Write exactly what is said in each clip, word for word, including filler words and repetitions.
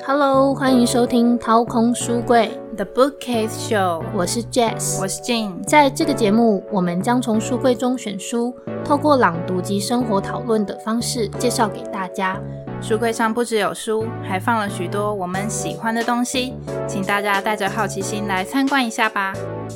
Hello， 欢迎收听掏空书柜 The Bookcase Show， 我是 Jess， 我是 Jane。 在这个节目，我们将从书柜中选书，透过朗读及生活讨论的方式介绍给大家。 书柜上不只有书，还放了许多我们喜欢的东西，请大家带着好奇心来参观一下吧。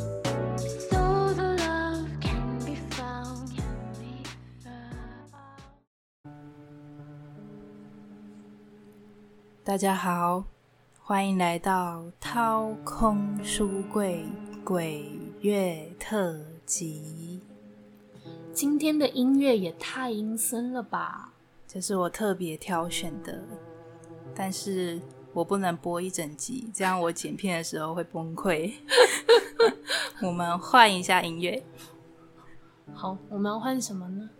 大家好，欢迎来到掏空书柜鬼月特辑。 今天的音乐也太阴森了吧， 这是我特别挑选的，但是我不能播一整集，这样我剪片的时候会崩溃。我们换一下音乐。 好，我们要换什么呢？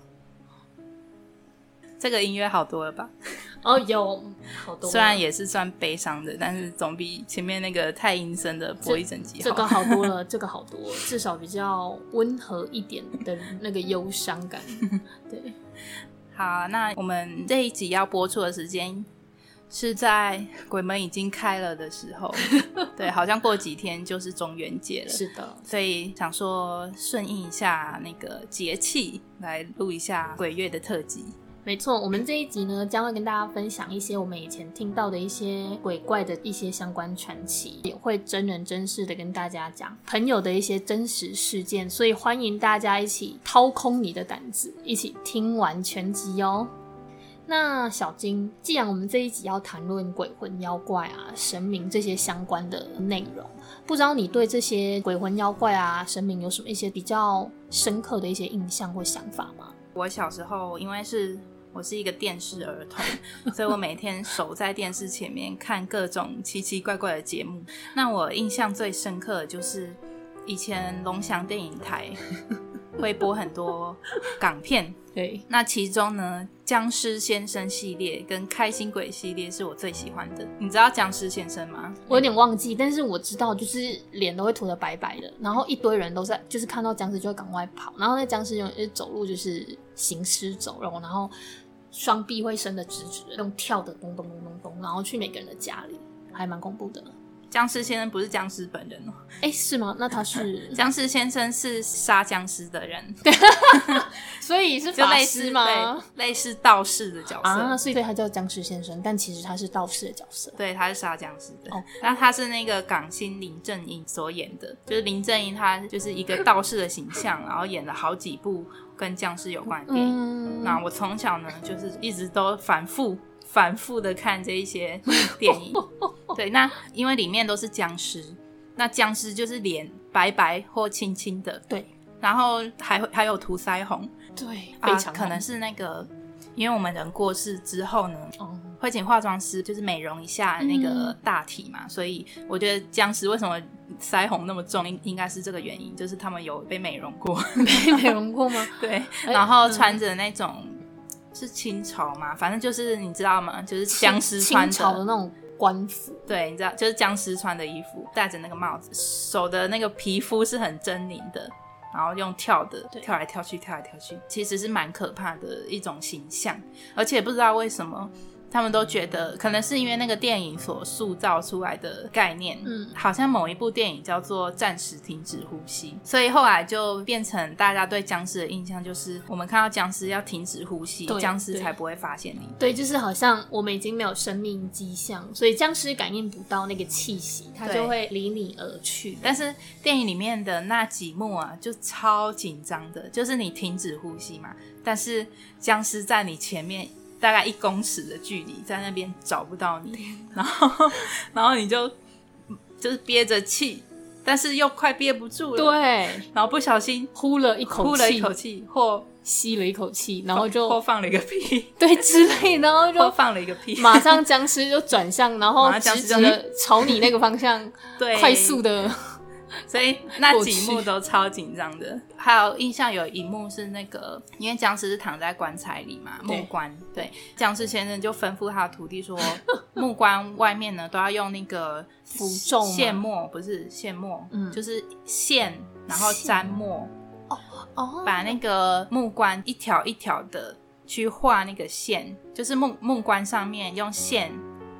这个音乐好多了吧？ 哦，有好多了， 虽然也是算悲伤的，但是总比前面那个太阴森的播一整集好。 这个好多了，这个好多了，至少比较温和一点的那个忧伤感。对， 好，那我们这一集要播出的时间是在鬼门已经开了的时候。对，好像过几天就是中元节了。 是的， 所以想说顺应一下那个节气，来录一下鬼月的特辑。 没错，我们这一集呢将会跟大家分享一些我们以前听到的一些鬼怪的一些相关传奇，也会真人真事的跟大家讲朋友的一些真实事件，所以欢迎大家一起掏空你的胆子，一起听完全集哦。那小金，既然我们这一集要谈论鬼魂妖怪啊、神明这些相关的内容，不知道你对这些鬼魂妖怪啊、神明有什么一些比较深刻的一些印象或想法吗？ 我小时候因为是我是一个电视儿童，所以我每天守在电视前面看各种奇奇怪怪的节目。那我印象最深刻的就是以前龙祥电影台会播很多港片， 对， 那其中呢僵尸先生系列跟开心鬼系列是我最喜欢的。你知道僵尸先生吗？ 我有点忘记，但是我知道就是脸都会涂得白白的，然后一堆人都在就是看到僵尸就会赶快跑，然后那僵尸就走路就是行尸走肉，然后双臂会伸得直直的，用跳的咚咚咚咚咚，然后去每个人的家里，还蛮恐怖的。 僵尸先生不是僵尸本人哦。 哎，是吗？那他是僵尸先生是杀僵尸的人。 所以是法师吗？ 类似道士的角色啊，所以他叫僵尸先生，但其实他是道士的角色。 对，他是杀僵尸的。 哦， 那他是那个港星林正英所演的，就是林正英他就是一个道士的形象，然后演了好几部跟僵尸有关的电影。嗯，那我从小呢就是一直都反复反复的看这一些电影。对，那因为里面都是僵尸，那僵尸就是脸白白或青青的， 对， 然后还还有涂腮红， 对， 啊， 非常可能是那个，因为我们人过世之后呢， 哦， 会请化妆师就是美容一下那个大体嘛，嗯，所以我觉得僵尸为什么腮红那么重，应应该是这个原因，就是他们有被美容过。 被美容过吗？ 对，然后穿着那种，嗯，是清朝嘛，反正就是你知道吗？就是僵尸穿的清朝的那种官服， 对，你知道，就是僵尸穿的衣服，戴着那个帽子，手的那个皮肤是很狰狞的，然后用跳的跳来跳去跳来跳去，其实是蛮可怕的一种形象。而且不知道为什么他们都觉得，可能是因为那个电影所塑造出来的概念，嗯，好像某一部电影叫做暂时停止呼吸，所以后来就变成大家对僵尸的印象就是我们看到僵尸要停止呼吸，僵尸才不会发现你。 对，就是好像我们已经没有生命迹象，所以僵尸感应不到那个气息，它就会离你而去。 但是电影里面的那几幕啊就超紧张的，就是你停止呼吸嘛，但是僵尸在你前面大概一公尺的距离，在那边找不到你，然后然后你就就是憋着气，但是又快憋不住了， 对， 然后不小心呼了一口气， 呼了一口气，或吸了一口气，然后就或放了一个屁， 对之类，然后就或放了一个屁， 马上僵尸就转向，然后直直的朝你那个方向，对，快速的。 所以那几幕都超紧张的。还有印象有一幕是那个，因为僵尸是躺在棺材里嘛，木棺，对，僵尸先生就吩咐他的徒弟说，木棺外面呢都要用那个符咒线墨，不是线墨，嗯，就是线，然后沾墨，哦哦，把那个木棺一条一条的去画那个线，就是木木棺上面用线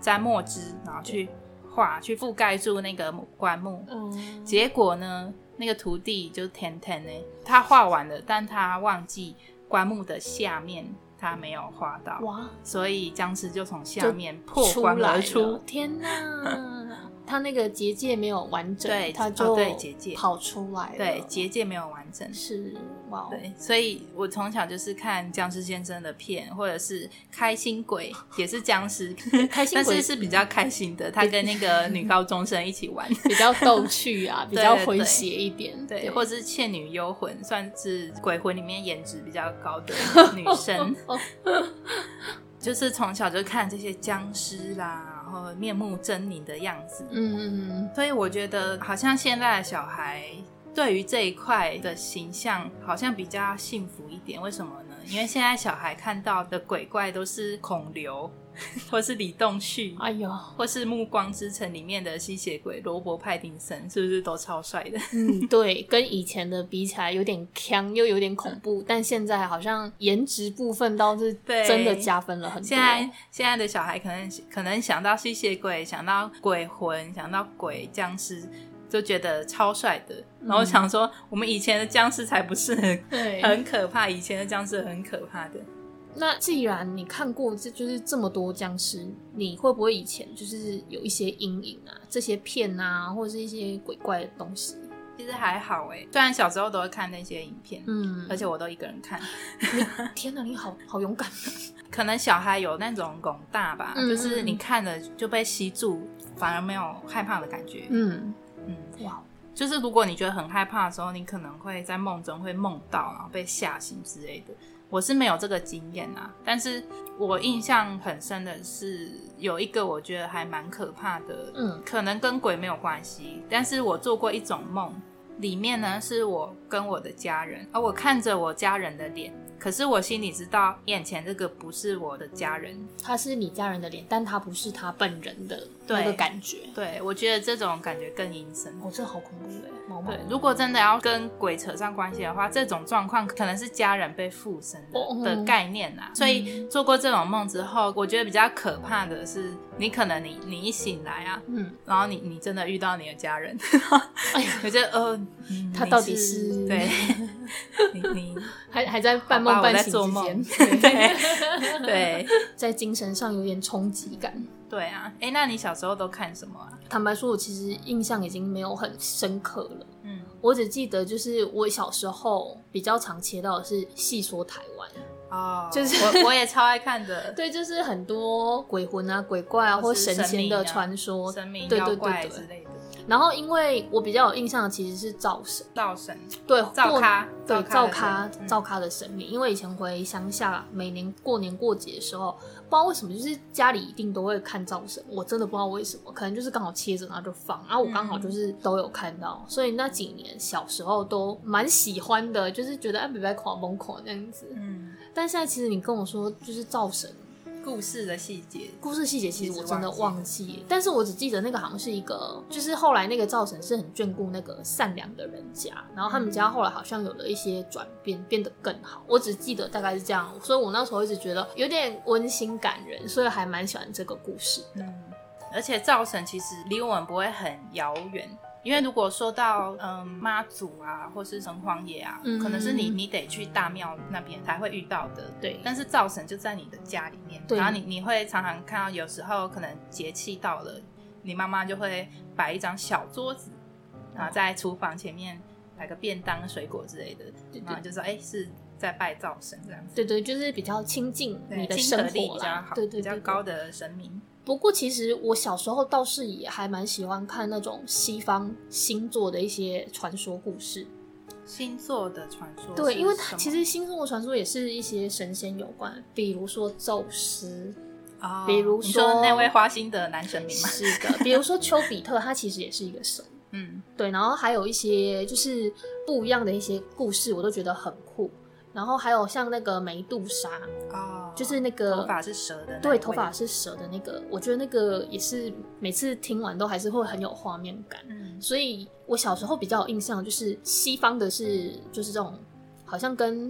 沾墨汁，然后去画，去覆盖住那个棺木。 嗯， 结果呢，那个徒弟就是甜甜呢，他画完了，但他忘记棺木的下面他没有画到，哇！所以僵尸就从下面破棺而出。 天哪！他那个结界没有完整， 对， 他就对结界跑出来了， 对，结界没有完整， 是哇， 对，所以我从小就是看僵尸先生的片，或者是开心鬼，也是僵尸， 开心鬼但是是比较开心的，他跟那个女高中生一起玩， 比较逗趣啊，比较诙谐一点， 对， 对， 对，或者是倩女幽魂，算是鬼魂里面颜值比较高的女生。就是从小就看这些僵尸啦，然后面目狰狞的样子，嗯嗯嗯，所以我觉得好像现在的小孩对于这一块的形象好像比较幸福一点。为什么呢？因为现在小孩看到的鬼怪都是孔刘或是李栋旭，哎呦，或是暮光之城里面的吸血鬼罗伯派丁森，是不是都超帅的？ 嗯，对，跟以前的比起来有点呛又有点恐怖，但现在好像颜值部分倒是真的加分了很多。 现在现在的小孩可能可能想到吸血鬼，想到鬼魂，想到鬼僵尸，就觉得超帅的，然后想说、嗯、我们以前的僵尸才不是很很可怕，以前的僵尸很可怕的。 那既然你看过这就是这么多僵尸，你会不会以前就是有一些阴影啊？这些片啊，或者是一些鬼怪的东西？ 其实还好哎，虽然小时候都会看那些影片，嗯，而且我都一个人看。 天哪，你好好勇敢！ 可能小孩有那种拱大吧、嗯，就是你看了就被吸住，反而没有害怕的感觉。嗯嗯，哇。就是如果你觉得很害怕的时候，你可能会在梦中会梦到，然后被吓醒之类的。我是没有这个经验啊，但是我印象很深的是有一个我觉得还蛮可怕的，嗯，可能跟鬼没有关系，但是我做过一种梦，里面呢是我跟我的家人，而我看着我家人的脸，可是我心里知道眼前这个不是我的家人， 他是你家人的脸，但他不是他本人的那个感觉。 对，我觉得这种感觉更阴森。 哦，这好恐怖耶，毛毛。 对，如果真的要跟鬼扯上关系的话，这种状况可能是家人被附身 的,、哦、的概念啊、嗯。所以做过这种梦之后，我觉得比较可怕的是，你可能你你一醒来啊，嗯，然后你你真的遇到你的家人，哎呀，我觉得呃、嗯， 他到底是, 是对，你你还还在半梦半醒之间， 对对， 在精神上有点冲击感。 对啊，哎，那你小时候都看什么啊？ 坦白说，我其实印象已经没有很深刻了。嗯，我只记得就是我小时候比较常切到的是戏说台湾。 哦，就是我我也超爱看的。 对，就是很多鬼魂啊、鬼怪啊，或神仙的传说、 神明、 对妖怪之类的。 然后，因为我比较有印象的其实是灶神， 灶神， 对， 灶咖， 对，灶咖，灶咖的神明。因为以前回乡下，每年过年过节的时候，不知道为什么，就是家里一定都会看灶神。我真的不知道为什么，可能就是刚好切着然后就放，然后我刚好就是都有看到，嗯、所以那几年小时候都蛮喜欢的，就是觉得哎，别别狂疯狂那样子。嗯，但现在其实你跟我说，就是灶神。 故事的细节， 故事细节其实我真的忘记了，但是我只记得那个好像是一个，就是后来那个灶神是很眷顾那个善良的人家，然后他们家后来好像有了一些转变，变得更好。我只记得大概是这样，所以我那时候一直觉得有点温馨感人，所以还蛮喜欢这个故事的。嗯， 而且灶神其实离我们不会很遥远。因为如果说到嗯妈祖啊，或是城隍爷啊、嗯，可能是你你得去大庙那边才会遇到的。对，但是灶神就在你的家里面，然后你你会常常看到，有时候可能节气到了，你妈妈就会摆一张小桌子，然后在厨房前面摆个便当、水果之类的，对对，然后就说哎、欸、是在拜灶神这样子。 对对，就是比较亲近你的生活啦， 亲和力比较好，对对对对，比较高的神明。 不过其实我小时候倒是也还蛮喜欢看那种西方星座的一些传说故事。 星座的传说， 对，因为它其实星座的传说也是一些神仙有关，比如说宙斯、哦、比如 说, 你说那位花心的男神明吗？ 是的，比如说丘比特他其实也是一个神。嗯，对，然后还有一些就是不一样的一些故事我都觉得很酷。然后还有像那个梅杜莎、哦、就是那个头发是蛇的， 对，头发是蛇的那个，我觉得那个也是每次听完都还是会很有画面感、嗯、所以我小时候比较有印象就是西方的是就是这种好像跟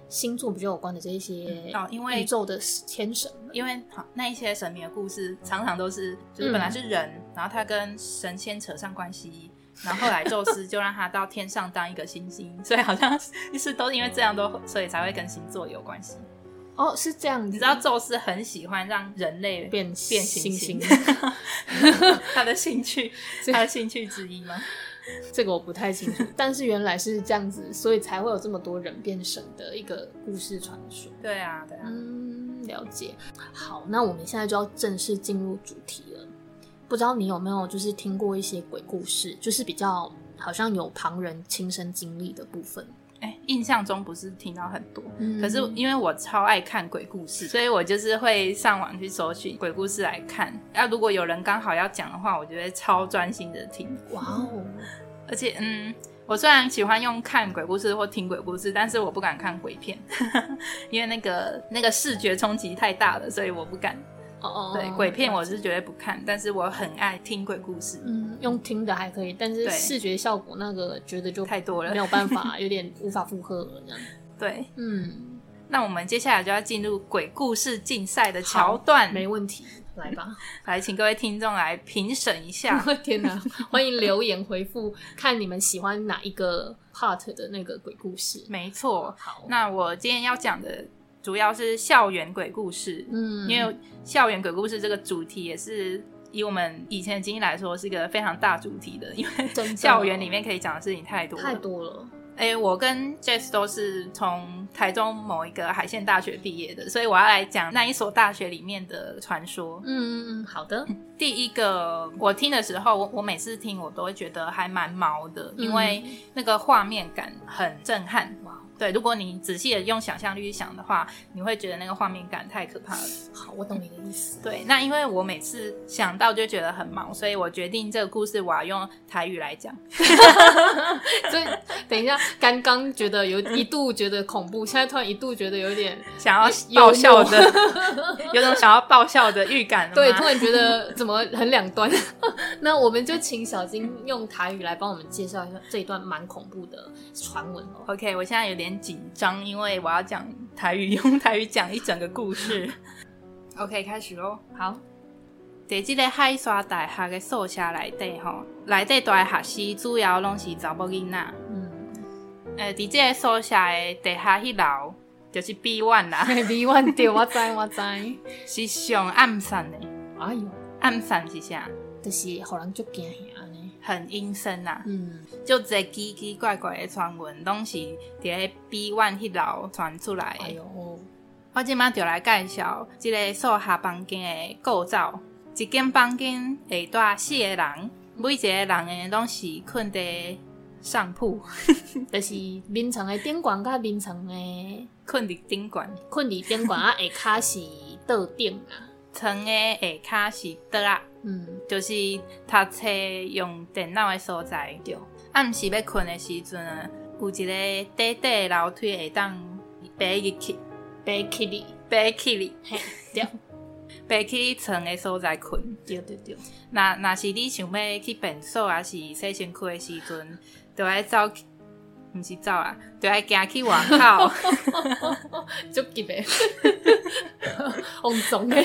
星座比较有关的这一些哦，因为宇宙的天神们， 因为好那一些神明的故事常常都是就是本来是人、嗯、然后他跟神仙扯上关系，然后后来宙斯就让他到天上当一个星星，所以好像是都因为这样都所以才会跟星座有关系。 哦，是这样子。 你知道宙斯很喜欢让人类变变星星，他的兴趣他的兴趣之一吗？ 这个我不太清楚，但是原来是这样子，所以才会有这么多人变神的一个故事传说。 对啊，对啊， 嗯，了解。好，那我们现在就要正式进入主题了。不知道你有没有就是听过一些鬼故事，就是比较好像有旁人亲身经历的部分？ 哎，印象中不是听到很多、 嗯、 可是因为我超爱看鬼故事，所以我就是会上网去搜寻鬼故事来看。要、啊、如果有人刚好要讲的话，我就会超专心的听。 哇哦！ 而且嗯，我虽然喜欢用看鬼故事或听鬼故事，但是我不敢看鬼片，因为那个那个视觉冲击太大了，所以我不敢。 哦， 对，鬼片我是绝对不看，但是我很爱听鬼故事。 嗯，用听的还可以，但是视觉效果那个觉得就太多了， 没有办法，有点无法负荷了这样。 对， 嗯， 那我们接下来就要进入鬼故事竞赛的桥段， 没问题，来吧， 来，请各位听众来评审一下。 天哪，欢迎留言回复，看你们喜欢哪一个 part 的那个鬼故事。 没错， 好， 那我今天要讲的主要是校园鬼故事，嗯，因为校园鬼故事这个主题也是以我们以前的经历来说是一个非常大主题的，因为校园里面可以讲的事情太多了太多了。 欸、我跟 Jess 都是从台中某一个海线大学毕业的，所以我要来讲那一所大学里面的传说。 嗯嗯嗯，好的。 第一个我听的时候，我我每次听我都会觉得还蛮毛的，因为那个画面感很震撼。哇、嗯，对，如果你仔细的用想象力去想的话，你会觉得那个画面感太可怕了。 好，我懂你的意思。 对，那因为我每次想到就觉得很毛，所以我决定这个故事我要用台语来讲。 所以等一下，刚刚觉得有一度觉得恐怖，现在突然一度觉得有点想要爆笑的，有种想要爆笑的预感了吗？ 对，突然觉得怎么很两端。那我们就请小金用台语来帮我们介绍一下这一段蛮恐怖的传闻哦。 OK， 我现在有点紧张，因为我要讲台语，用台语讲一整个故事。OK， 开始咯。 好。 在这个海沙大学的宿舍内底吼，内底大的学生主要拢是查某囡仔。嗯。呃，在这个宿舍的地下迄楼，就是 B 一 啦。 B 一 对，我知我知。 是上暗散的。 哎呦， 暗散是啥？ 就是互人足惊吓安尼。 很阴森啊。 嗯。 就这奇奇怪怪的传闻，拢是伫个 B 一 迄楼传出来的。 哎呦， 我即摆就来介绍这个宿舍房间的构造。一间房间会住四个人，每一个人的拢是困在上铺， 就是眠床的顶悬甲眠床的困伫顶悬， 困伫顶悬啊，下骹是桌顶啊， 床的下骹是桌啊，嗯，就是读册用电脑的所在。对，暗时要困的时阵，有一个短短的楼梯会当爬入去， 爬起哩， 爬起哩， 嘿，对。 爬去床的所在困， 对对对。 那若是你想要去便所，还是洗身躯的时阵，就要走，不是走啊，就要行去外口。 足急的，肮脏的，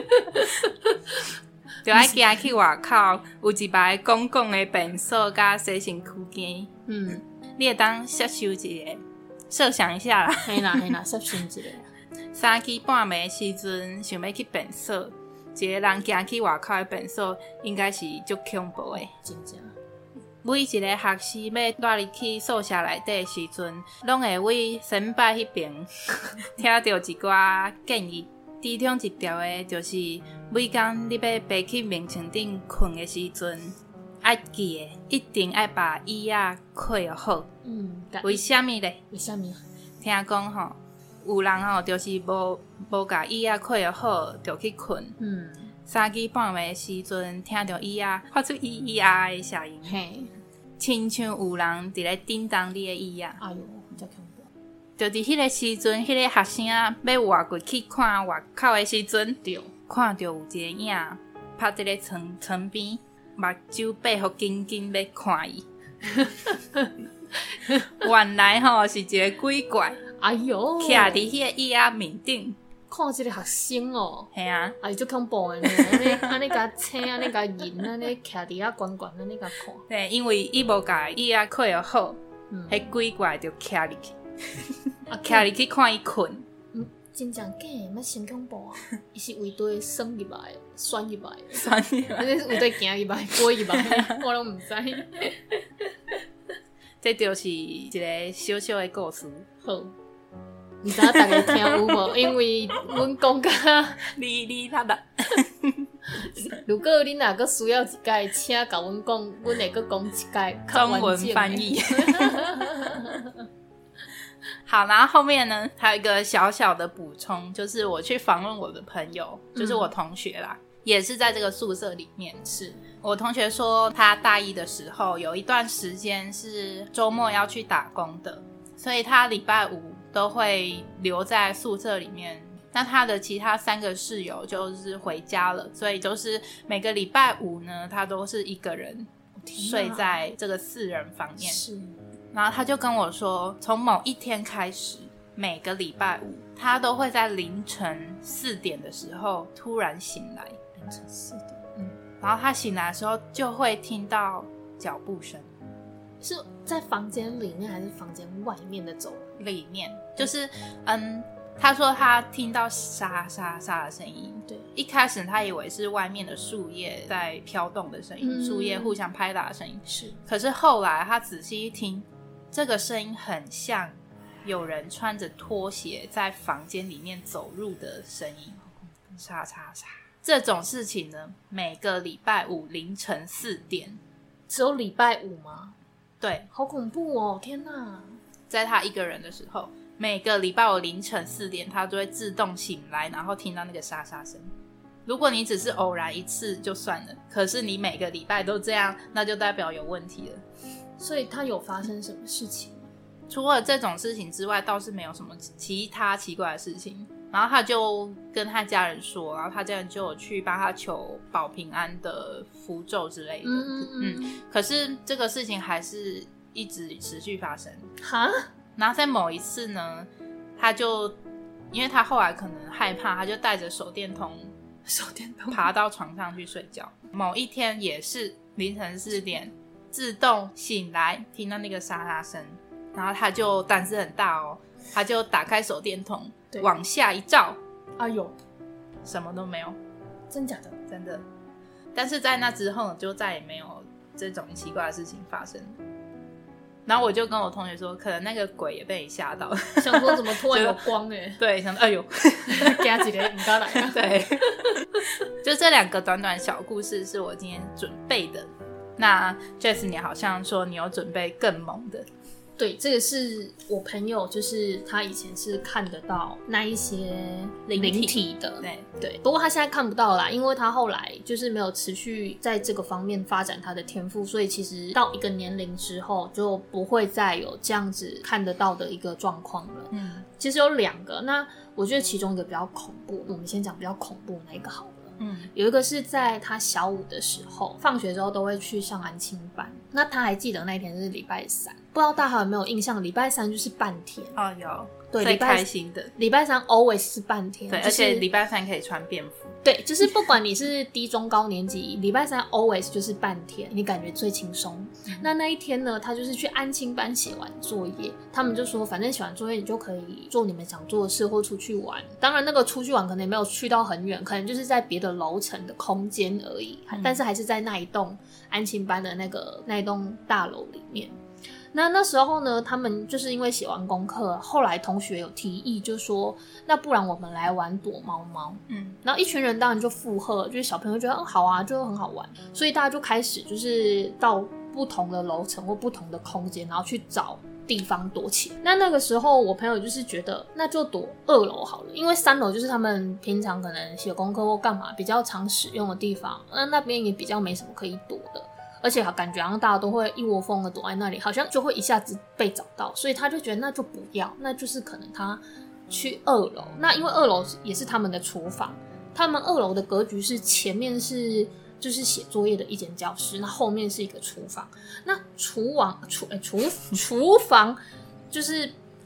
就要行去外口，有一排公共的便所甲洗身躯间。嗯，你会当接受一下，设想一下啦。 嘿啦嘿啦，设想一下。 三更半暝的时阵，想要去便所，一个人行去外口的便所，应该是足恐怖的。 真正， 每一个学生要带入去宿舍内底的时阵，拢会为先摆迄边听到一寡建议。其中一条的就是，每工你要爬去眠床顶困的时阵，爱记的一定爱把椅仔盖好。嗯，为什么呢？ 为什么？ 听讲吼。有人吼、喔，就是无无甲椅仔盖好，就去困。嗯，三更半暝的时阵，听到椅仔发出咿咿啊啊的声音，嘿，亲像有人伫咧叮当你的椅仔。 哎呦，真恐怖！ 就伫迄个时阵，迄、那个学生啊，要活过去看外口的时阵，对，看到有一个影趴伫咧床床边，目睭闭互紧紧要看伊。原来吼、喔、是一个鬼怪。 哎呦， 徛伫迄个椅仔面顶。 看这个学生哦， 系啊， 哎，就恐怖的呢，安尼安尼甲青，安尼甲银，安尼徛伫遐悬悬，安尼甲看。 对，因为伊无甲椅仔靠好好，迄鬼怪就徛入去，啊，徛入去看伊困。 嗯，真正假的，乜真恐怖啊！伊是为对升入来，选入来， 选入来， 安尼是为对行入来，过入来，我拢毋知。 这就是一个小小的故事。 好。毋知影大家听有无？因为阮讲甲你你他的， 如果恁若佫需要一解，请甲阮讲，阮会佫讲一解中文翻译。好，然后后面呢，还有一个小小的补充，就是我去访问我的朋友，就是我同学啦，嗯、也是在这个宿舍里面。是我同学说，他大一的时候有一段时间是周末要去打工的，所以他礼拜五都会留在宿舍里面，那他的其他三个室友就是回家了，所以就是每个礼拜五呢，他都是一个人睡在这个四人房面。是，然后他就跟我说，从某一天开始，每个礼拜五他都会在凌晨四点的时候突然醒来。 凌晨四点，嗯， 然后他醒来的时候就会听到脚步声。 是在房间里面还是房间外面的走廊？ 里面，就是嗯，他说他听到沙沙沙的声音。对，一开始他以为是外面的树叶在飘动的声音，嗯、树叶互相拍打的声音。是，可是后来他仔细一听，这个声音很像有人穿着拖鞋在房间里面走入的声音，沙沙沙。这种事情呢，每个礼拜五凌晨四点。 只有礼拜五吗？ 对， 好恐怖哦！天哪， 在他一个人的时候，每个礼拜五凌晨四点，他就会自动醒来，然后听到那个沙沙声。如果你只是偶然一次就算了，可是你每个礼拜都这样，那就代表有问题了。 所以他有发生什么事情？ 除了这种事情之外，倒是没有什么其他奇怪的事情。然后他就跟他家人说，然后他家人就有去帮他求保平安的符咒之类的。嗯嗯嗯。可是这个事情还是一直持续发生。哈？然后在某一次呢，他就因为他后来可能害怕，他就带着手电筒，手电筒爬到床上去睡觉。某一天也是凌晨四点，自动醒来，听到那个沙沙声，然后他就胆子很大哦，他就打开手电筒。往下一照， 哎呦， 什么都没有。 真假的？ 真的。但是在那之后就再也没有这种奇怪的事情发生。然后我就跟我同学说，可能那个鬼也被你吓到， 想说怎么突然有光哎、欸？ 对，想说哎呦， 加几个唔该来啊。 对，就这两个短短小故事是我今天准备的。那 Jess 你好像说你有准备更猛的。 对，这个是我朋友，就是他以前是看得到那一些灵体的，对对。不过他现在看不到啦，因为他后来就是没有持续在这个方面发展他的天赋，所以其实到一个年龄之后就不会再有这样子看得到的一个状况了。嗯，其实有两个，那我觉得其中一个比较恐怖，我们先讲比较恐怖的那一个好了。嗯，有一个是在他小五的时候，放学之后都会去上安亲班。那他还记得那天是礼拜三，不知道大家有没有印象？礼拜三就是半天哦，有， 对， 最开心的礼拜三 always 是半天， 对， 就是、 而且礼拜三可以穿便服， 对，就是不管你是低中高年级，礼拜三 always 就是半天，你感觉最轻松。嗯、那那一天呢，他就是去安亲班写完作业，他们就说，反正写完作业你就可以做你们想做的事或出去玩。当然，那个出去玩可能也没有去到很远，可能就是在别的楼层的空间而已，嗯、但是还是在那一栋安亲班的那个那一栋大楼里面。那那时候呢，他们就是因为写完功课，后来同学有提议，就说那不然我们来玩躲猫猫。嗯，然后一群人当然就附和，就是小朋友觉得嗯好啊，就很好玩，所以大家就开始就是到不同的楼层或不同的空间，然后去找地方躲起来。那那个时候我朋友就是觉得那就躲二楼好了，因为三楼就是他们平常可能写功课或干嘛比较常使用的地方，那那边也比较没什么可以躲的。而且感觉好像大家都会一窝蜂的躲在那里，好像就会一下子被找到，所以他就觉得那就不要，那就是可能他去二楼。那因为二楼也是他们的厨房，他们二楼的格局是前面是就是写作业的一间教室，那后面是一个厨房。那厨房厨、欸、厨厨房就是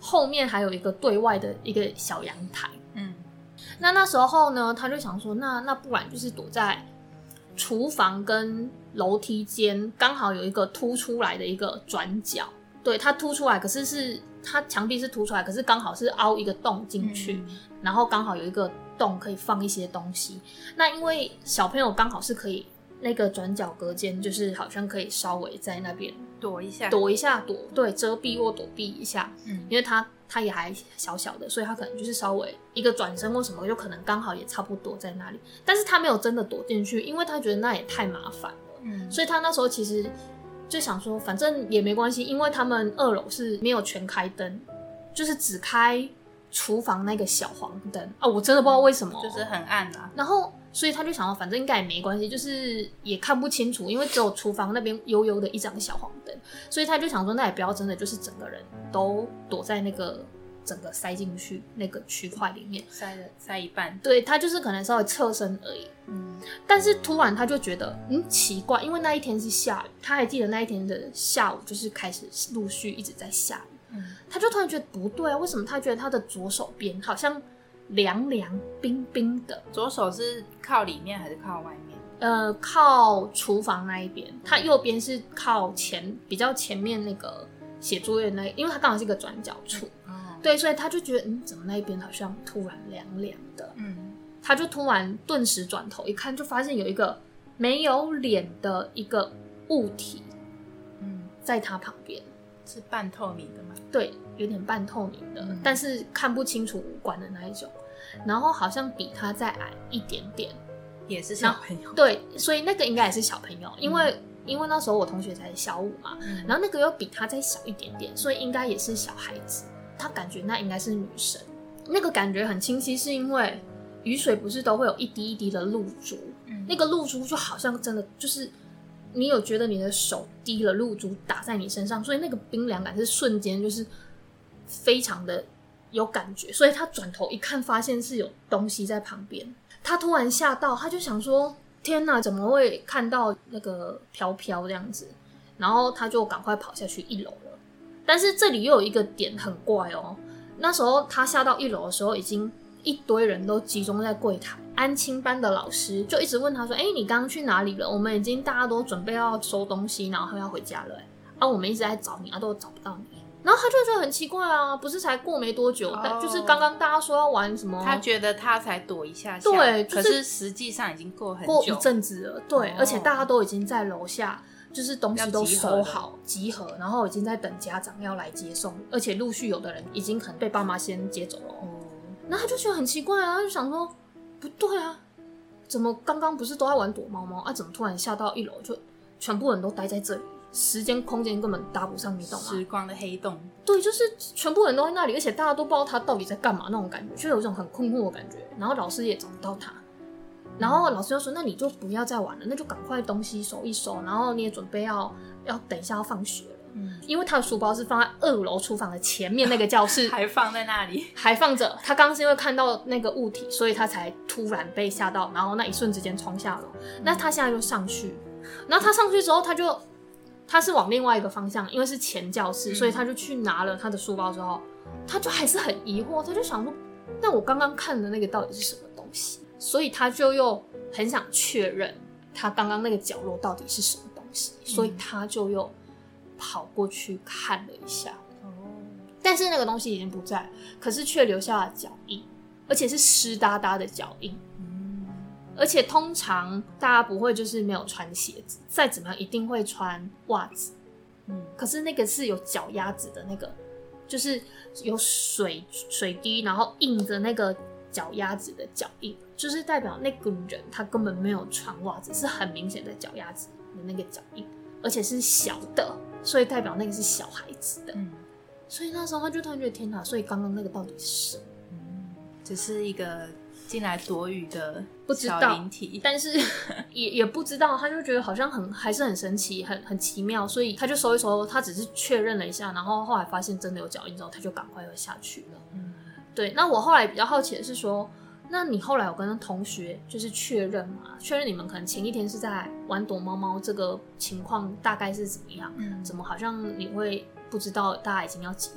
后面还有一个对外的一个小阳台。 嗯， 那那时候呢，他就想说，那那不然就是躲在厨房跟楼梯间，刚好有一个凸出来的一个转角。对，它凸出来，可是是它墙壁是凸出来，可是刚好是凹一个洞进去，嗯、然后刚好有一个洞可以放一些东西。那因为小朋友刚好是可以那个转角隔间，就是好像可以稍微在那边躲一下， 躲一下躲，对，遮蔽或躲避一下。 嗯， 因为他他也还小小的，所以他可能就是稍微一个转身或什么，就可能刚好也差不多在那里。但是他没有真的躲进去，因为他觉得那也太麻烦了。嗯，所以他那时候其实就想说，反正也没关系，因为他们二楼是没有全开灯，就是只开厨房那个小黄灯啊，我真的不知道为什么， 就是很暗啊。 然后，所以他就想到，反正应该也没关系，就是也看不清楚，因为只有厨房那边悠悠的一盏小黄灯，所以他就想说，那也不要真的就是整个人都躲在那个整个塞进去那个区块里面， 塞了塞一半。 对，他就是可能稍微侧身而已。嗯，但是突然他就觉得，嗯，奇怪，因为那一天是下雨，他还记得那一天的下午就是开始陆续一直在下雨。嗯，他就突然觉得不对啊，为什么他觉得他的左手边好像凉凉冰冰的？ 左手是靠里面还是靠外面？ 呃，靠厨房那一边，他右边是靠前比较前面那个写作业那，因为他刚好是一个转角处。嗯哦、对，所以他就觉得，嗯，怎么那一边好像突然凉凉的？嗯。他就突然顿时转头一看，就发现有一个没有脸的一个物体，嗯，在他旁边， 是半透明的吗？ 对，有点半透明的，嗯、但是看不清楚五官的那一种。然后好像比他再矮一点点， 也是小朋友。 对，所以那个应该也是小朋友，因为、嗯、因为那时候我同学才小五嘛，嗯、然后那个又比他再小一点点，所以应该也是小孩子。他感觉那应该是女生，那个感觉很清晰，是因为。雨水不是都会有一滴一滴的露珠、嗯、那个露珠就好像真的就是你有觉得你的手滴了露珠打在你身上，所以那个冰凉感是瞬间就是非常的有感觉，所以他转头一看发现是有东西在旁边，他突然吓到，他就想说天哪，怎么会看到那个飘飘这样子，然后他就赶快跑下去一楼了。但是这里又有一个点很怪哦，那时候他下到一楼的时候已经一堆人都集中在柜台，安亲班的老师就一直问他说：“哎、欸，你刚刚去哪里了？我们已经大家都准备要收东西，然后要回家了、欸，啊，我们一直在找你啊，都找不到你。”然后他就觉得很奇怪啊，不是才过没多久，但、oh, 就是刚刚大家说要玩什么， 他觉得他才躲一下下， 对，就是、 可是实际上已经过很久， 过一阵子了，对， oh. 而且大家都已经在楼下。就是东西都收好集合，然后已经在等家长要来接送，而且陆续有的人已经可能被爸妈先接走了。嗯，然后他就觉得很奇怪啊，他就想说不对啊，怎么刚刚不是都在玩躲猫猫啊？怎么突然下到一楼就全部人都待在这里？时间空间根本搭不上，你懂吗？ 时光的黑洞。 对，就是全部人都在那里，而且大家都不知道他到底在干嘛那种感觉，就有一种很困惑的感觉。然后老师也找不到他。然后老师就说：“那你就不要再玩了，那就赶快东西收一收，然后你也准备要要等一下要放学了。嗯，因为他的书包是放在二楼厨房的前面那个教室， 还放在那里， 还放着。他刚刚是因为看到那个物体，所以他才突然被吓到，然后那一瞬之间冲下楼。嗯、那他现在就上去，然后他上去之后，他就他是往另外一个方向，因为是前教室，嗯、所以他就去拿了他的书包之后，他就还是很疑惑，他就想说：那我刚刚看的那个到底是什么东西？”所以他就又很想确认他刚刚那个角落到底是什么东西，嗯、所以他就又跑过去看了一下。哦，但是那个东西已经不在，可是却留下了脚印，而且是湿哒哒的脚印。嗯，而且通常大家不会就是没有穿鞋子，再怎么样一定会穿袜子。嗯，可是那个是有脚丫子的那个，就是有水水滴，然后印着那个脚丫子的脚印，就是代表那个人他根本没有穿袜子，是很明显的脚丫子的那个脚印，而且是小的，所以代表那个是小孩子的。嗯，所以那时候他就突然觉得天哪，所以刚刚那个到底是什么？ 嗯，只是一个进来躲雨的不知道小灵体， 但是也也不知道，他就觉得好像很还是很神奇，很很奇妙，所以他就收一收，他只是确认了一下，然后后来发现真的有脚印之后，他就赶快又下去了。嗯，对。那我后来比较好奇的是说，那你后来有跟同学就是确认吗？确认你们可能前一天是在玩躲猫猫，这个情况大概是怎么样？嗯，怎么好像你会不知道大家已经要集合？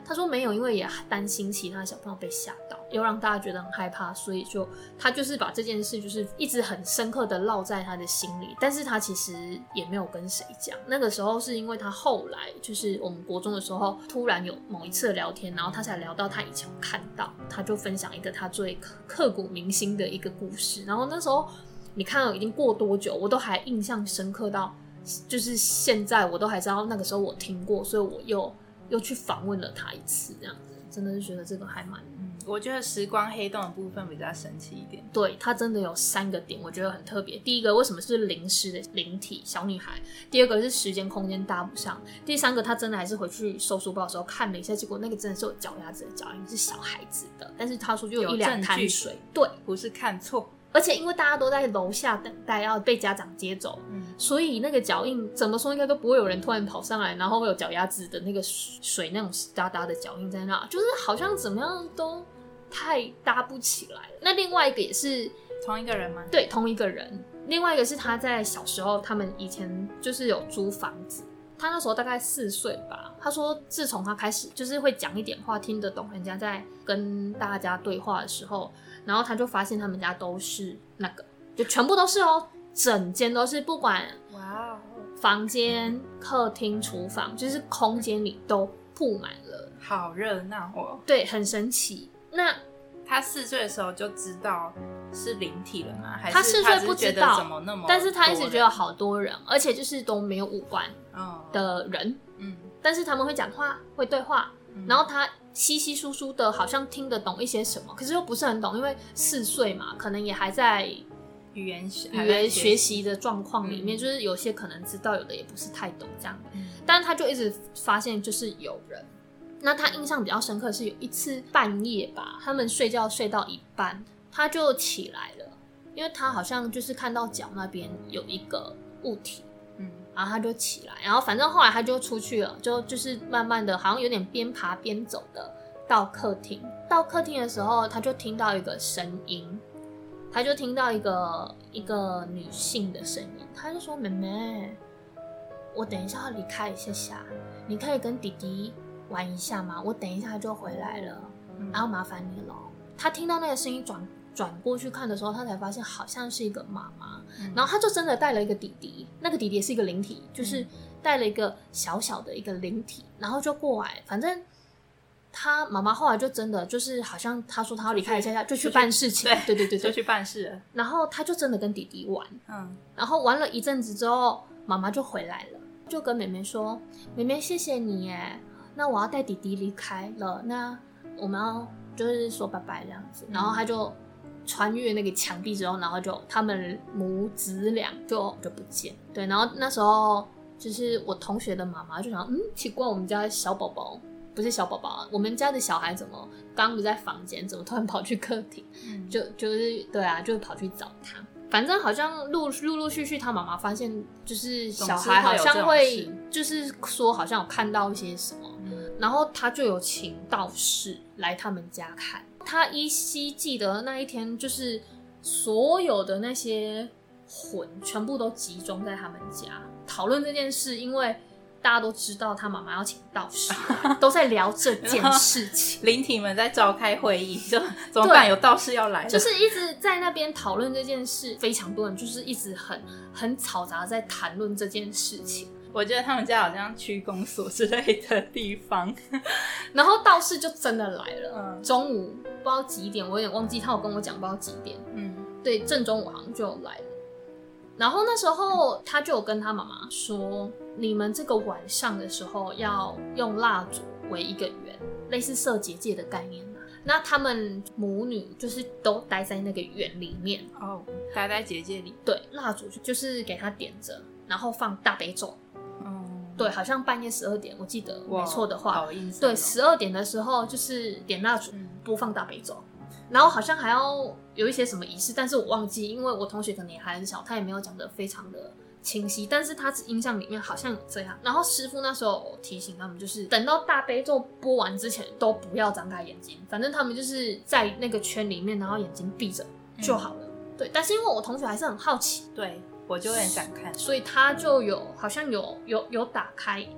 他说没有，因为也担心其他小朋友被吓到，又让大家觉得很害怕，所以就他就是把这件事就是一直很深刻的烙在他的心里，但是他其实也没有跟谁讲。那个时候是因为他后来就是我们国中的时候，突然有某一次的聊天，然后他才聊到他以前有看到，他就分享一个他最刻骨铭心的一个故事。然后那时候你看了已经过多久，我都还印象深刻到，就是现在我都还知道那个时候我听过，所以我又又去访问了他一次，这样子真的是觉得这个还蛮。 我觉得时光黑洞的部分比较神奇一点。 对，它真的有三个点，我觉得很特别。第一个，为什么是淋湿的灵体小女孩？第二个是时间空间搭不上。第三个，她真的还是回去收书包的时候看了一下，结果那个真的是有脚丫子的脚印，是小孩子的，但是她说就有一两滩水，对， 不是看错。 而且因为大家都在楼下等待要被家长接走，嗯，所以那个脚印怎么说应该都不会有人突然跑上来，然后会有脚丫子的那个水那种哒哒的脚印在那，就是好像怎么样都太搭不起来了。那另外一个也是同一个人吗？ 对，同一个人。另外一个是他在小时候，他们以前就是有租房子，他那时候大概四岁吧。他说，自从他开始就是会讲一点话，听得懂人家在跟大家对话的时候，然后他就发现他们家都是那个，就全部都是哦，整间都是，不管哇， 房间、客厅、厨房，就是空间里都铺满了， 好热闹哦。 对，很神奇。那他四岁的时候就知道是灵体了吗？还是他四岁不知道， 怎么那么， 但是他一直觉得好多人，而且就是都没有五官的人，嗯，但是他们会讲话，会对话，嗯，然后他稀稀疏疏的，好像听得懂一些什么，可是又不是很懂，因为四岁嘛，可能也还在语言语言学习的状况里面，嗯，就是有些可能知道，有的也不是太懂这样的，嗯，但是他就一直发现就是有人。那他印象比较深刻是有一次半夜吧，他们睡觉睡到一半，他就起来了，因为他好像就是看到脚那边有一个物体，嗯，然后他就起来，然后反正后来他就出去了，就就是慢慢的，好像有点边爬边走的到客厅。到客厅的时候，他就听到一个声音，他就听到一个一个女性的声音，他就说：“妹妹，我等一下要离开一下下，你可以跟弟弟玩一下吗？我等一下就回来了，嗯，然后麻烦你了。”他听到那个声音转转过去看的时候，他才发现好像是一个妈妈，嗯，然后他就真的带了一个弟弟，那个弟弟也是一个灵体，就是带了一个小小的一个灵体，然后就过来，反正他妈妈后来就真的就是好像他说他要离开一下下，就去办事情，对对对对， 就去办事了。 然后他就真的跟弟弟玩，嗯，然后玩了一阵子之后，妈妈就回来了，就跟妹妹说：“妹妹，谢谢你耶。那我要带弟弟离开了，那我们要就是说拜拜这样子。”然后他就穿越那个墙壁之后，然后就他们母子俩就就不见。对，然后那时候就是我同学的妈妈就想，嗯，奇怪，我们家小宝宝不是小宝宝，我们家的小孩怎么刚刚不在房间，怎么突然跑去客厅？嗯，就就是对啊，就跑去找他。反正好像陆陆陆续续，他妈妈发现就是小孩好像会，就是说好像有看到一些什么，嗯，然后他就有请道士来他们家看。他依稀记得那一天，就是所有的那些魂全部都集中在他们家讨论这件事，因为大家都知道他妈妈要请道士，都在聊这件事情。 灵体们在召开会议，就怎么办？有道士要来了， 就是一直在那边讨论这件事，非常多人就是一直很很吵杂在谈论这件事情。 我觉得他们家好像区公所之类的地方。 然后道士就真的来了，嗯，中午不知道几点，我有点忘记，他有跟我讲不知道几点，嗯，对，正中午好像就来了。然后那时候他就有跟他妈妈说，你们这个晚上的时候要用蜡烛为一个圆，类似设结界的概念。那他们母女就是都待在那个圆里面， 哦，待在结界里。 对，蜡烛就是给他点着，然后放大悲咒。嗯，对，好像半夜十二点，我记得没错的话， 好印象哦， 对，十二点的时候就是点蜡烛，嗯，播放大悲咒。然后好像还要有一些什么仪式，但是我忘记，因为我同学可能也还很小，他也没有讲得非常的清晰，但是他印象里面好像有这样。然后师父那时候提醒他们，就是等到大悲咒播完之前都不要张开眼睛，反正他们就是在那个圈里面，然后眼睛闭着就好了，嗯，对。但是因为我同学还是很好奇， 对，我就很想看， 所以他就有好像有有有打开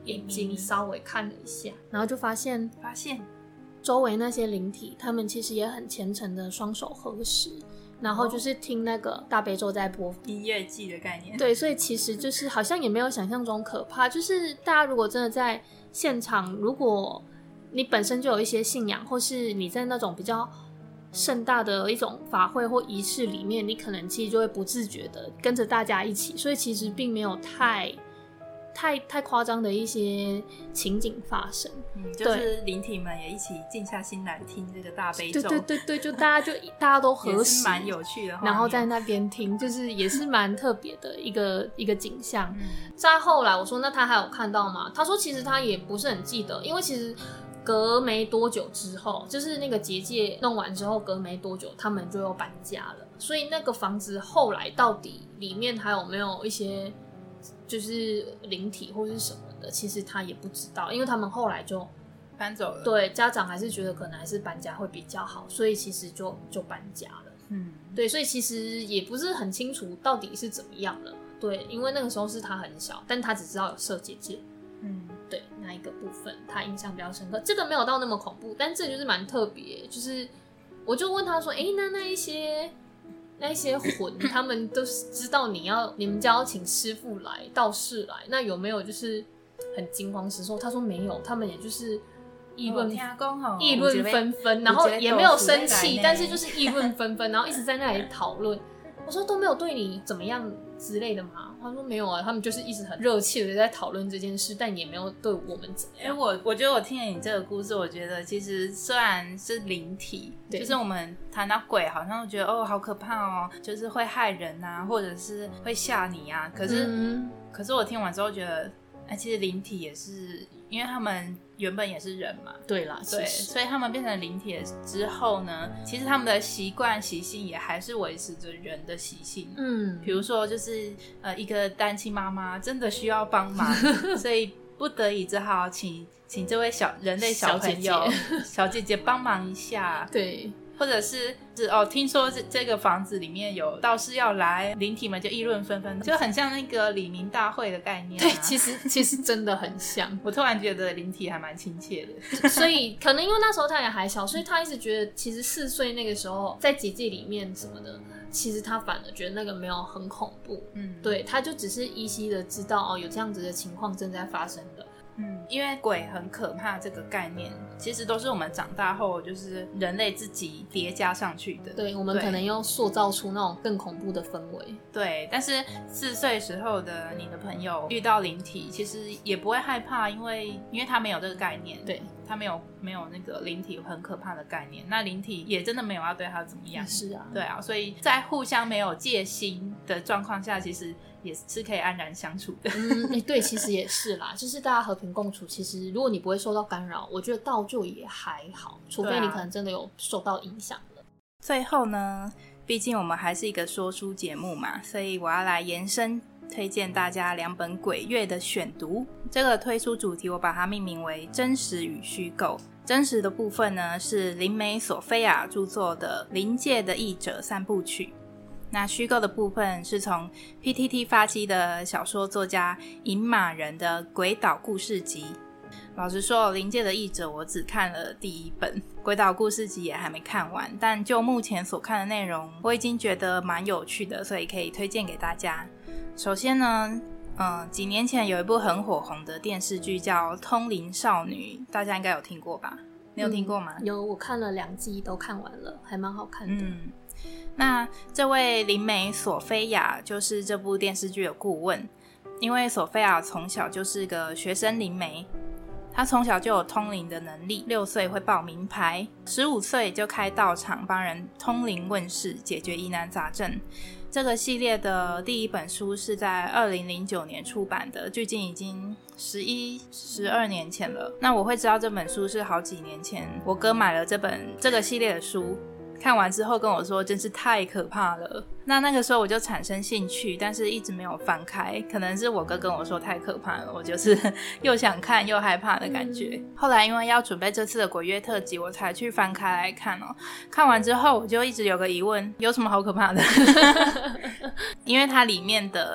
眼睛稍微看了一下，然后就发现发现周围那些灵体他们其实也很虔诚的双手合十，然后就是听那个大悲咒在播音乐季的概念。 对，所以其实就是好像也没有想象中可怕，就是大家如果真的在现场，如果你本身就有一些信仰，或是你在那种比较盛大的一种法会或仪式里面，你可能其实就会不自觉的跟着大家一起，所以其实并没有太太太夸张的一些情景发生。 嗯，就是灵体们也一起静下心来听这个大悲咒。 对对对对，就大家就大家都合十， 蛮有趣的， 然后在那边听，就是也是蛮特别的一个一个景象。嗯，再后来我说那他还有看到吗？他说其实他也不是很记得，因为其实隔没多久之后，就是那个结界弄完之后，隔没多久他们就又搬家了，所以那个房子后来到底里面还有没有一些就是灵体或是什么的，其实他也不知道，因为他们后来就搬走了。 对，家长还是觉得可能还是搬家会比较好，所以其实就就搬家了。嗯，对，所以其实也不是很清楚到底是怎么样了。对，因为那个时候是他很小，但他只知道有设结界。嗯，对，那一个部分他印象比较深刻。这个没有到那么恐怖，但这就是蛮特别。就是我就问他说：“哎、欸，那那一些那一些魂，他们都是知道你要你们家要请师傅来、道士来，那有没有就是很惊慌失措？”他说没有，他们也就是议论议论纷纷，然后也没有生气，但是就是议论纷纷，然后一直在那里讨论。我说都没有对你怎么样之类的吗？他说没有啊，他们就是一直很热切的在讨论这件事，但也没有对我们怎么样。 因为我我觉得我听了你这个故事，我觉得其实虽然是灵体，就是我们谈到鬼，好像觉得哦好可怕哦，就是会害人啊，或者是会吓你啊。可是、嗯、可是我听完之后觉得，哎，其实灵体也是，因为他们原本也是人嘛， 对啦， 对，所以他们变成灵体之后呢，其实他们的习惯习性也还是维持着人的习性。嗯，比如说就是呃一个单亲妈妈真的需要帮忙，所以不得已只好请请这位小人类小朋友小姐姐帮忙一下。 对。 或者是哦，听说 这, 这个房子里面有道士要来，灵体们就议论纷纷，就很像那个李明大会的概念、啊。 对，其实其实真的很像。 我突然觉得灵体还蛮亲切的， 所以可能因为那时候他也还小，所以他一直觉得其实四岁那个时候在结界里面什么的，其实他反而觉得那个没有很恐怖。嗯，对，他就只是依稀的知道哦，有这样子的情况正在发生的。 嗯，因为鬼很可怕这个概念，其实都是我们长大后就是人类自己叠加上去的。 对，我们可能要塑造出那种更恐怖的氛围。 对，但是四岁时候的你的朋友遇到灵体，其实也不会害怕，因为因为他没有这个概念。 对， 他没有没有那个灵体很可怕的概念，那灵体也真的没有要对他怎么样。 是啊， 对啊，所以在互相没有戒心的状况下，其实也是可以安然相处的。 嗯，欸、对，其实也是啦，就是大家和平共处。其实如果你不会受到干扰，我觉得倒就也还好，除非你可能真的有受到影响了。 最后呢，毕竟我们还是一个说书节目嘛，所以我要来延伸推荐大家两本鬼月的选读。这个推出主题我把它命名为真实与虚构。真实的部分呢是灵媒索菲亚著作的《灵界的译者》三部曲，那虚构的部分是从 P T T 发迹的小说作家银马人的《鬼岛故事集》。老实说，《灵界的译者》我只看了第一本，《鬼岛故事集》也还没看完，但就目前所看的内容，我已经觉得蛮有趣的，所以可以推荐给大家。首先呢，嗯，几年前有一部很火红的电视剧叫《通灵少女》，大家应该有听过吧？你有听过吗？ 嗯、有，我看了两季都看完了，还蛮好看的。 嗯，那这位灵媒索菲亚就是这部电视剧的顾问，因为索菲亚从小就是个学生灵媒，她从小就有通灵的能力，六岁会报名牌，十五岁就开道场帮人通灵问事，解决疑难杂症。这个系列的第一本书是在二零零九年出版的，距今已经十一、十二年前了。那我会知道这本书是好几年前我哥买了这本这个系列的书，看完之后跟我说真是太可怕了。那那个时候我就产生兴趣，但是一直没有翻开，可能是我哥跟我说太可怕了，我就是又想看又害怕的感觉、嗯、后来因为要准备这次的鬼月特辑，我才去翻开来看哦。看完之后我就一直有个疑问，有什么好可怕的因为它里面的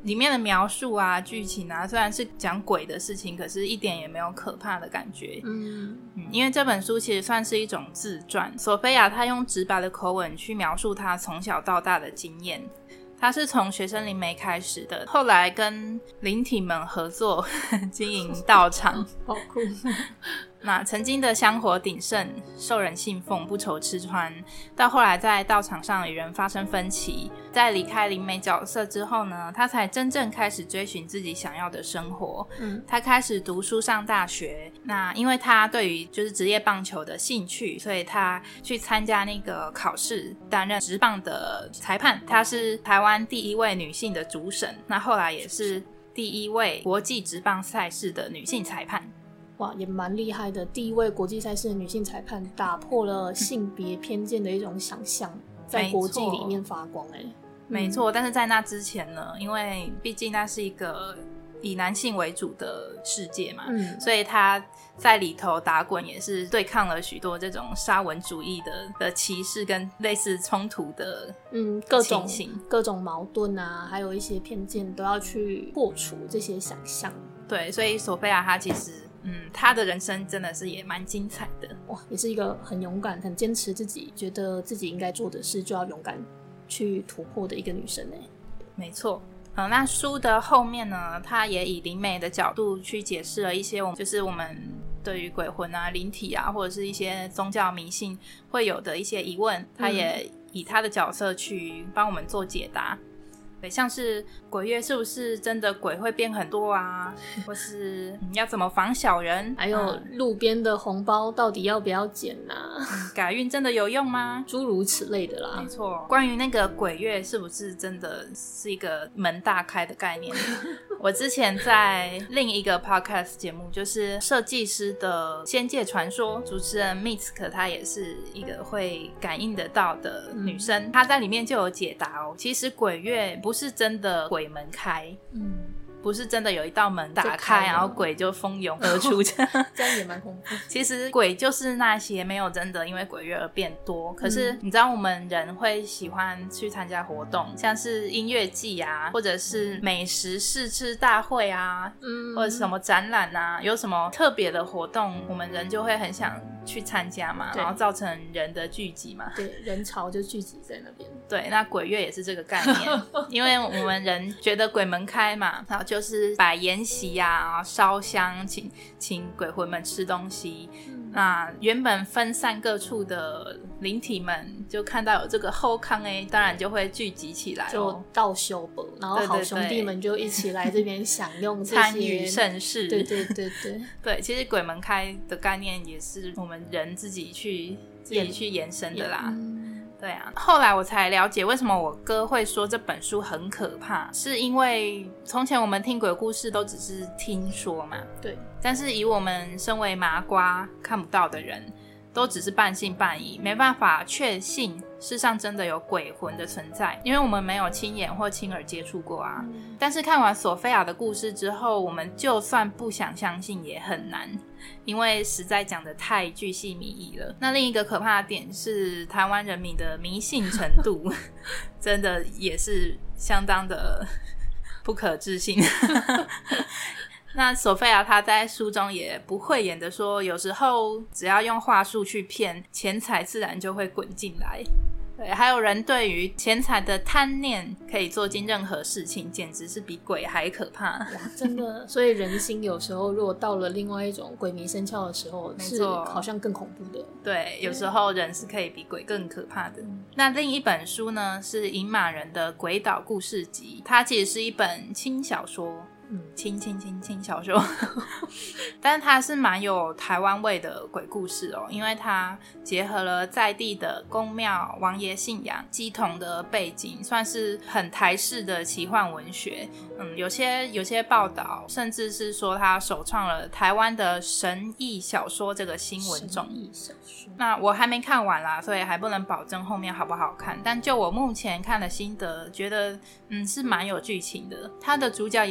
里面的描述啊剧情啊虽然是讲鬼的事情，可是一点也没有可怕的感觉。 嗯, 嗯因为这本书其实算是一种自传，索菲亚她用直白的口吻去描述她从小到大的经验。他是从学生灵媒开始的，后来跟灵体们合作经营道场好酷那曾经的香火鼎盛，受人信奉，不愁吃穿，到后来在道场上与人发生分歧，在离开灵媒角色之后呢，他才真正开始追寻自己想要的生活。嗯，他开始读书上大学，那因为他对于就是职业棒球的兴趣，所以他去参加那个考试，担任职棒的裁判。他是台湾第一位女性的主审，那后来也是第一位国际职棒赛事的女性裁判。 哇，也蛮厉害的，第一位国际赛事的女性裁判，打破了性别偏见的一种想象，在国际里面发光。欸没错、嗯、但是在那之前呢，因为毕竟那是一个以男性为主的世界嘛、嗯、所以他在里头打滚也是对抗了许多这种沙文主义 的, 的歧视跟类似冲突的嗯各种各种矛盾啊，还有一些偏见都要去破除这些想象。 对，所以索菲亚她其实嗯，她的人生真的是也蛮精彩的。 哇，也是一个很勇敢很坚持自己觉得自己应该做的事就要勇敢去突破的一个女生耶。 没错。呃，那书的后面呢，它也以灵媒的角度去解释了一些我们就是我们对于鬼魂啊灵体啊或者是一些宗教迷信会有的一些疑问，它也以他的角色去帮我们做解答。对，像是鬼月是不是真的鬼会变很多啊，或是、嗯、要怎么防小人， 还有路边的红包到底要不要捡啊、 嗯、改运真的有用吗， 诸如此类的啦。 没错，关于那个鬼月是不是真的是一个门大开的概念我之前在另一个 podcast 节目，就是设计师的仙界传说，主持人 Mitsk 她也是一个会感应得到的女生、嗯、她在里面就有解答哦，其实鬼月不是真的鬼门开，嗯，不是真的有一道门打开然后鬼就蜂拥而出这样这样也蛮恐怖。 其实鬼就是那些没有真的因为鬼月而变多，可是你知道我们人会喜欢去参加活动、嗯、像是音乐季啊，或者是美食试吃大会啊、嗯、或者是什么展览啊，有什么特别的活动我们人就会很想去参加嘛，然后造成人的聚集嘛， 对，人潮就聚集在那边。 对，那鬼月也是这个概念因为我们人觉得鬼门开嘛，然后就是摆筵席啊，烧香请请鬼魂们吃东西、嗯、那原本分散各处的灵体们就看到有这个后康诶，当然就会聚集起来、哦、 就到修本，然后好兄弟们就一起来这边享用这些参与盛事。 对对对对对，其实鬼门开的概念也是我们人自己去自己去延伸的啦。对啊，后来我才了解为什么我哥会说这本书很可怕，是因为从前我们听鬼故事都只是听说嘛， 对， 但是以我们身为麻瓜看不到的人，都只是半信半疑，没办法确信世上真的有鬼魂的存在，因为我们没有亲眼或亲耳接触过啊、嗯、但是看完索菲亚的故事之后，我们就算不想相信也很难，因为实在讲得太巨细靡遗了。那另一个可怕的点是台湾人民的迷信程度真的也是相当的不可置信那索菲亚她在书中也不讳言的说，有时候只要用话术去骗，钱财自然就会滚进来。对，还有人对于钱财的贪念可以做尽任何事情，简直是比鬼还可怕。 哇，真的，所以人心有时候如果到了另外一种鬼迷心窍的时候，是好像更恐怖的。 对，有时候人是可以比鬼更可怕的。那另一本书呢，是银马人的《鬼岛故事集》，它其实是一本轻小说，嗯，轻轻轻轻小说但是它是蛮有台湾味的鬼故事哦，因为它结合了在地的宫庙王爷信仰乩童的背景，算是很台式的奇幻文学。嗯，有些有些报道甚至是说他首创了台湾的神异小说这个新闻种。 神异小说， 那我还没看完啦，所以还不能保证后面好不好看，但就我目前看的心得，觉得嗯是蛮有剧情的。他的主角也是一位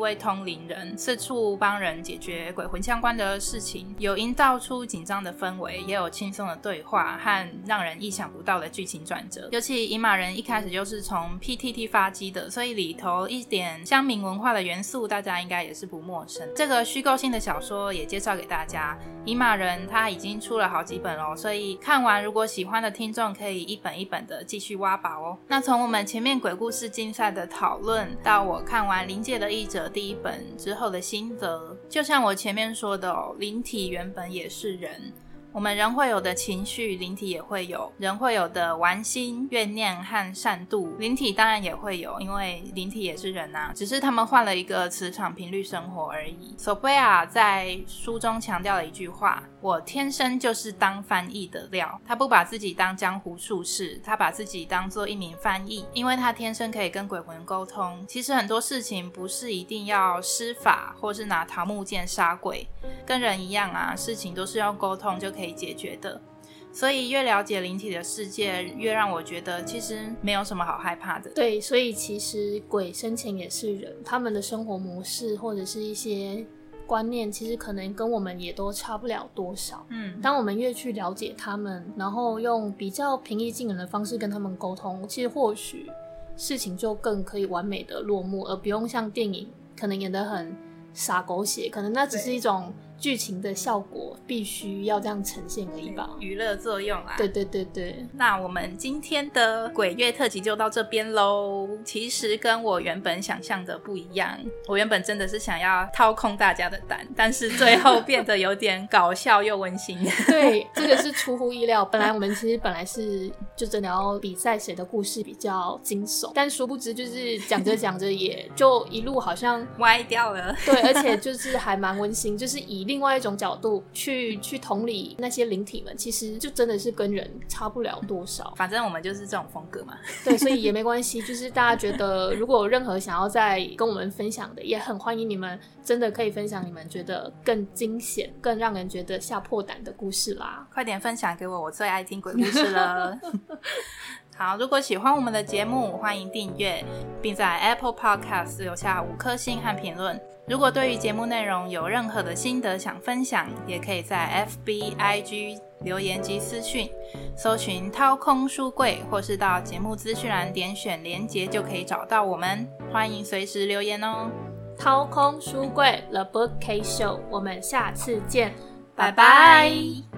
位通灵人，四处帮人解决鬼魂相关的事情，有营造出紧张的氛围，也有轻松的对话和让人意想不到的剧情转折。尤其银马人一开始就是从 P T T 发迹的，所以里头一点乡民文化的元素大家应该也是不陌生。这个虚构性的小说也介绍给大家，银马人他已经出了好几本咯，所以看完如果喜欢的听众可以一本一本的继续挖宝哦。那从我们前面鬼故事竞赛的讨论到我看完灵界的译者第一本之后的心得，就像我前面说的哦，灵体原本也是人，我们人会有的情绪，灵体也会有；人会有的玩心、怨念和善妒，灵体当然也会有，因为灵体也是人啊，只是他们换了一个磁场频率生活而已。索菲亚在书中强调了一句话：我天生就是当翻译的料。他不把自己当江湖术士，他把自己当做一名翻译，因为他天生可以跟鬼魂沟通。其实很多事情不是一定要施法，或是拿桃木剑杀鬼，跟人一样啊，事情都是要沟通就可以解决的。所以越了解灵体的世界，越让我觉得其实没有什么好害怕的。 对，所以其实鬼生前也是人，他们的生活模式或者是一些观念其实可能跟我们也都差不了多少。嗯，当我们越去了解他们，然后用比较平易近人的方式跟他们沟通，其实或许事情就更可以完美的落幕，而不用像电影可能演得很洒狗血，可能那只是一种剧情的效果，必须要这样呈现而已吧， 娱乐作用啊。 对对对对。 那我们今天的鬼月特辑就到这边咯。其实跟我原本想象的不一样，我原本真的是想要掏空大家的胆，但是最后变得有点搞笑又温馨。 对，这个是出乎意料。本来我们其实本来是就真的要比赛谁的故事比较惊悚，但殊不知就是讲着讲着也就一路好像歪掉了。 对，而且就是还蛮温馨，就是以另外一种角度去去同理那些灵体们，其实就真的是跟人差不了多少。 反正我们就是这种风格嘛。 对，所以也没关系，就是大家觉得如果有任何想要再跟我们分享的，也很欢迎你们真的可以分享你们觉得更惊险更让人觉得吓破胆的故事啦， 快点分享给我，我最爱听鬼故事了。好，如果喜欢我们的节目，欢迎订阅，并在 Apple Podcast 留下五颗星和评论。如果对于节目内容有任何的心得想分享，也可以在 F B、I G 留言及私讯，搜寻掏空书柜，或是到节目资讯栏点选连结就可以找到我们。欢迎随时留言哦。 掏空书柜 The Bookcase Show， 我们下次见， 拜拜。